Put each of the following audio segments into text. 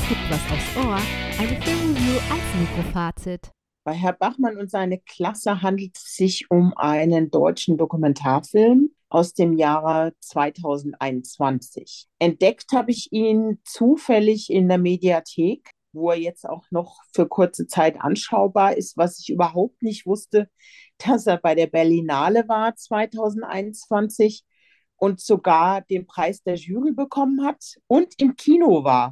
gibt was aufs Ohr, eine Filmreview als Mikrofazit. Bei Herr Bachmann und seine Klasse handelt es sich um einen deutschen Dokumentarfilm aus dem Jahre 2021. Entdeckt habe ich ihn zufällig in der Mediathek, wo er jetzt auch noch für kurze Zeit anschaubar ist, was ich überhaupt nicht wusste, dass er bei der Berlinale war 2021 und sogar den Preis der Jury bekommen hat und im Kino war.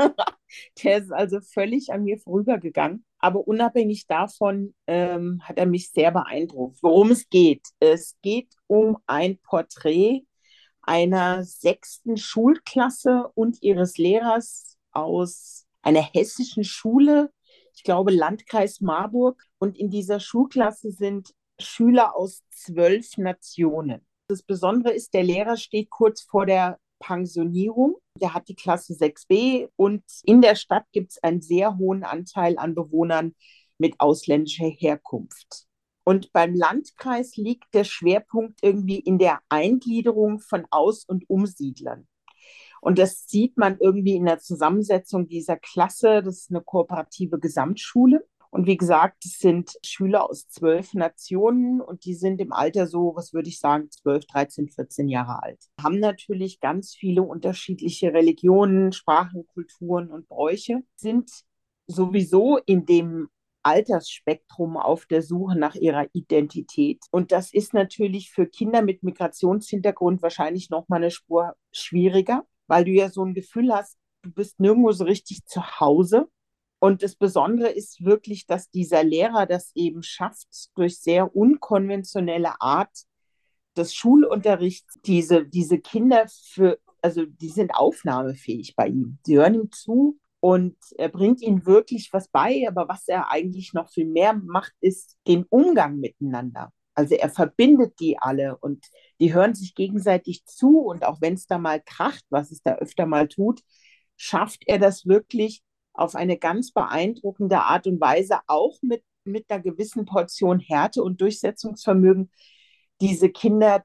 Der ist also völlig an mir vorübergegangen. Aber unabhängig davon hat er mich sehr beeindruckt. Worum es geht? Es geht um ein Porträt einer sechsten Schulklasse und ihres Lehrers aus einer hessischen Schule, ich glaube Landkreis Marburg. Und in dieser Schulklasse sind Schüler aus 12 Nationen. Das Besondere ist, der Lehrer steht kurz vor der Pensionierung. Der hat die Klasse 6b und in der Stadt gibt es einen sehr hohen Anteil an Bewohnern mit ausländischer Herkunft. Und beim Landkreis liegt der Schwerpunkt irgendwie in der Eingliederung von Aus- und Umsiedlern. Und das sieht man irgendwie in der Zusammensetzung dieser Klasse. Das ist eine kooperative Gesamtschule. Und wie gesagt, es sind Schüler aus 12 Nationen und die sind im Alter so, was würde ich sagen, 12, 13, 14 Jahre alt. Haben natürlich ganz viele unterschiedliche Religionen, Sprachen, Kulturen und Bräuche, sind sowieso in dem Altersspektrum auf der Suche nach ihrer Identität. Und das ist natürlich für Kinder mit Migrationshintergrund wahrscheinlich noch mal eine Spur schwieriger, weil du ja so ein Gefühl hast, du bist nirgendwo so richtig zu Hause. Und das Besondere ist wirklich, dass dieser Lehrer das eben schafft, durch sehr unkonventionelle Art des Schulunterrichts diese Kinder also die sind aufnahmefähig bei ihm. Sie hören ihm zu und er bringt ihnen wirklich was bei, aber was er eigentlich noch viel mehr macht, ist den Umgang miteinander. Also er verbindet die alle und die hören sich gegenseitig zu und auch wenn es da mal kracht, was es da öfter mal tut, schafft er das wirklich auf eine ganz beeindruckende Art und Weise, auch mit einer gewissen Portion Härte und Durchsetzungsvermögen, diese Kinder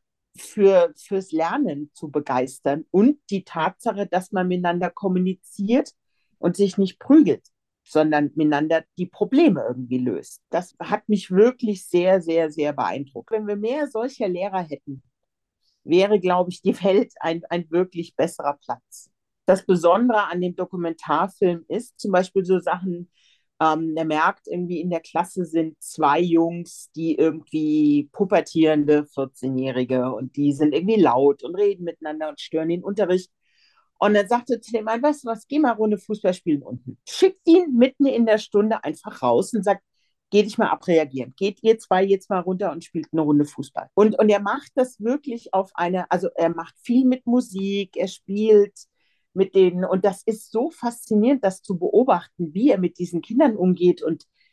fürs Lernen zu begeistern und die Tatsache, dass man miteinander kommuniziert und sich nicht prügelt, sondern miteinander die Probleme irgendwie löst. Das hat mich wirklich sehr, sehr, sehr beeindruckt. Wenn wir mehr solcher Lehrer hätten, wäre, glaube ich, die Welt ein wirklich besserer Platz. Das Besondere an dem Dokumentarfilm ist zum Beispiel so Sachen, er merkt irgendwie in der Klasse sind zwei Jungs, die irgendwie pubertierende 14-Jährige und die sind irgendwie laut und reden miteinander und stören den Unterricht. Und dann sagte zu dem einen, weißt du was, geh mal Runde Fußball spielen unten. Schickt ihn mitten in der Stunde einfach raus und sagt, geh dich mal abreagieren. Geht ihr zwei jetzt mal runter und spielt eine Runde Fußball. Und er macht das wirklich auf also er macht viel mit Musik, er spielt mit denen und das ist so faszinierend, das zu beobachten, wie er mit diesen Kindern umgeht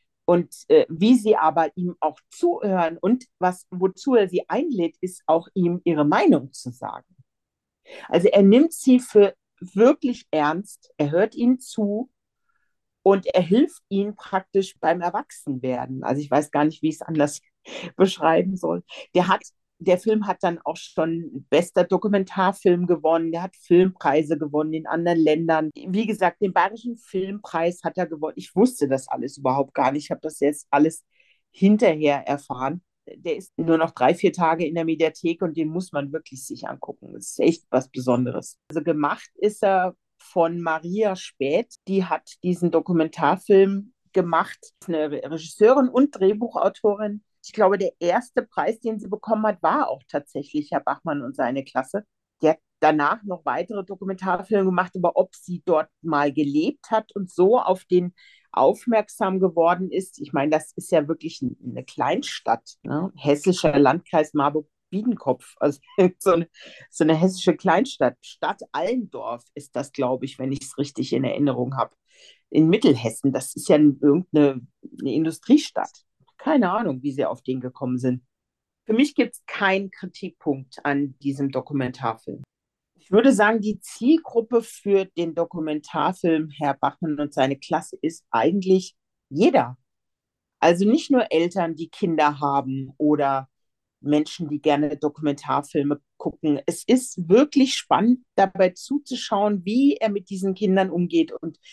und wie sie aber ihm auch zuhören und wozu er sie einlädt, ist auch ihm ihre Meinung zu sagen. Also er nimmt sie für wirklich ernst, er hört ihnen zu und er hilft ihnen praktisch beim Erwachsenwerden. Also ich weiß gar nicht, wie ich es anders beschreiben soll. Der hat, der Film hat dann auch schon bester Dokumentarfilm gewonnen, der hat Filmpreise gewonnen in anderen Ländern. Wie gesagt, den Bayerischen Filmpreis hat er gewonnen. Ich wusste das alles überhaupt gar nicht. Ich habe das jetzt alles hinterher erfahren. Der ist nur noch 3, 4 Tage in der Mediathek und den muss man wirklich sich angucken. Das ist echt was Besonderes. Also gemacht ist er von Maria Späth. Die hat diesen Dokumentarfilm gemacht. Eine Regisseurin und Drehbuchautorin. Ich glaube, der erste Preis, den sie bekommen hat, war auch tatsächlich Herr Bachmann und seine Klasse. Die hat danach noch weitere Dokumentarfilme gemacht, aber ob sie dort mal gelebt hat und so auf den aufmerksam geworden ist. Ich meine, das ist ja wirklich eine Kleinstadt, ne? Hessischer Landkreis Marburg-Biedenkopf, also so eine hessische Kleinstadt. Stadt Allendorf ist das, glaube ich, wenn ich es richtig in Erinnerung habe. In Mittelhessen, das ist ja eine Industriestadt. Keine Ahnung, wie sie auf den gekommen sind. Für mich gibt es keinen Kritikpunkt an diesem Dokumentarfilm. Ich würde sagen, die Zielgruppe für den Dokumentarfilm Herr Bachmann und seine Klasse ist eigentlich jeder. Also nicht nur Eltern, die Kinder haben oder Menschen, die gerne Dokumentarfilme gucken. Es ist wirklich spannend, dabei zuzuschauen, wie er mit diesen Kindern umgeht und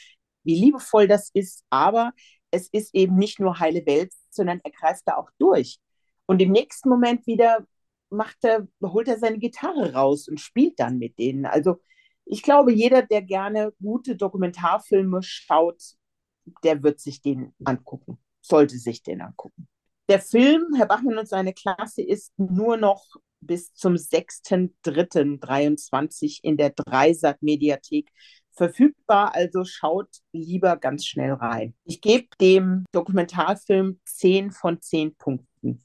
wie liebevoll das ist, aber es ist eben nicht nur heile Welt, sondern er greift da auch durch. Und im nächsten Moment wieder holt er seine Gitarre raus und spielt dann mit denen. Also ich glaube, jeder, der gerne gute Dokumentarfilme schaut, der wird sich den angucken, sollte sich den angucken. Der Film, Herr Bachmann und seine Klasse, ist nur noch bis zum 6.3.23 in der Dreisat-Mediathek verfügbar, also schaut lieber ganz schnell rein. Ich gebe dem Dokumentarfilm 10 von 10 Punkten.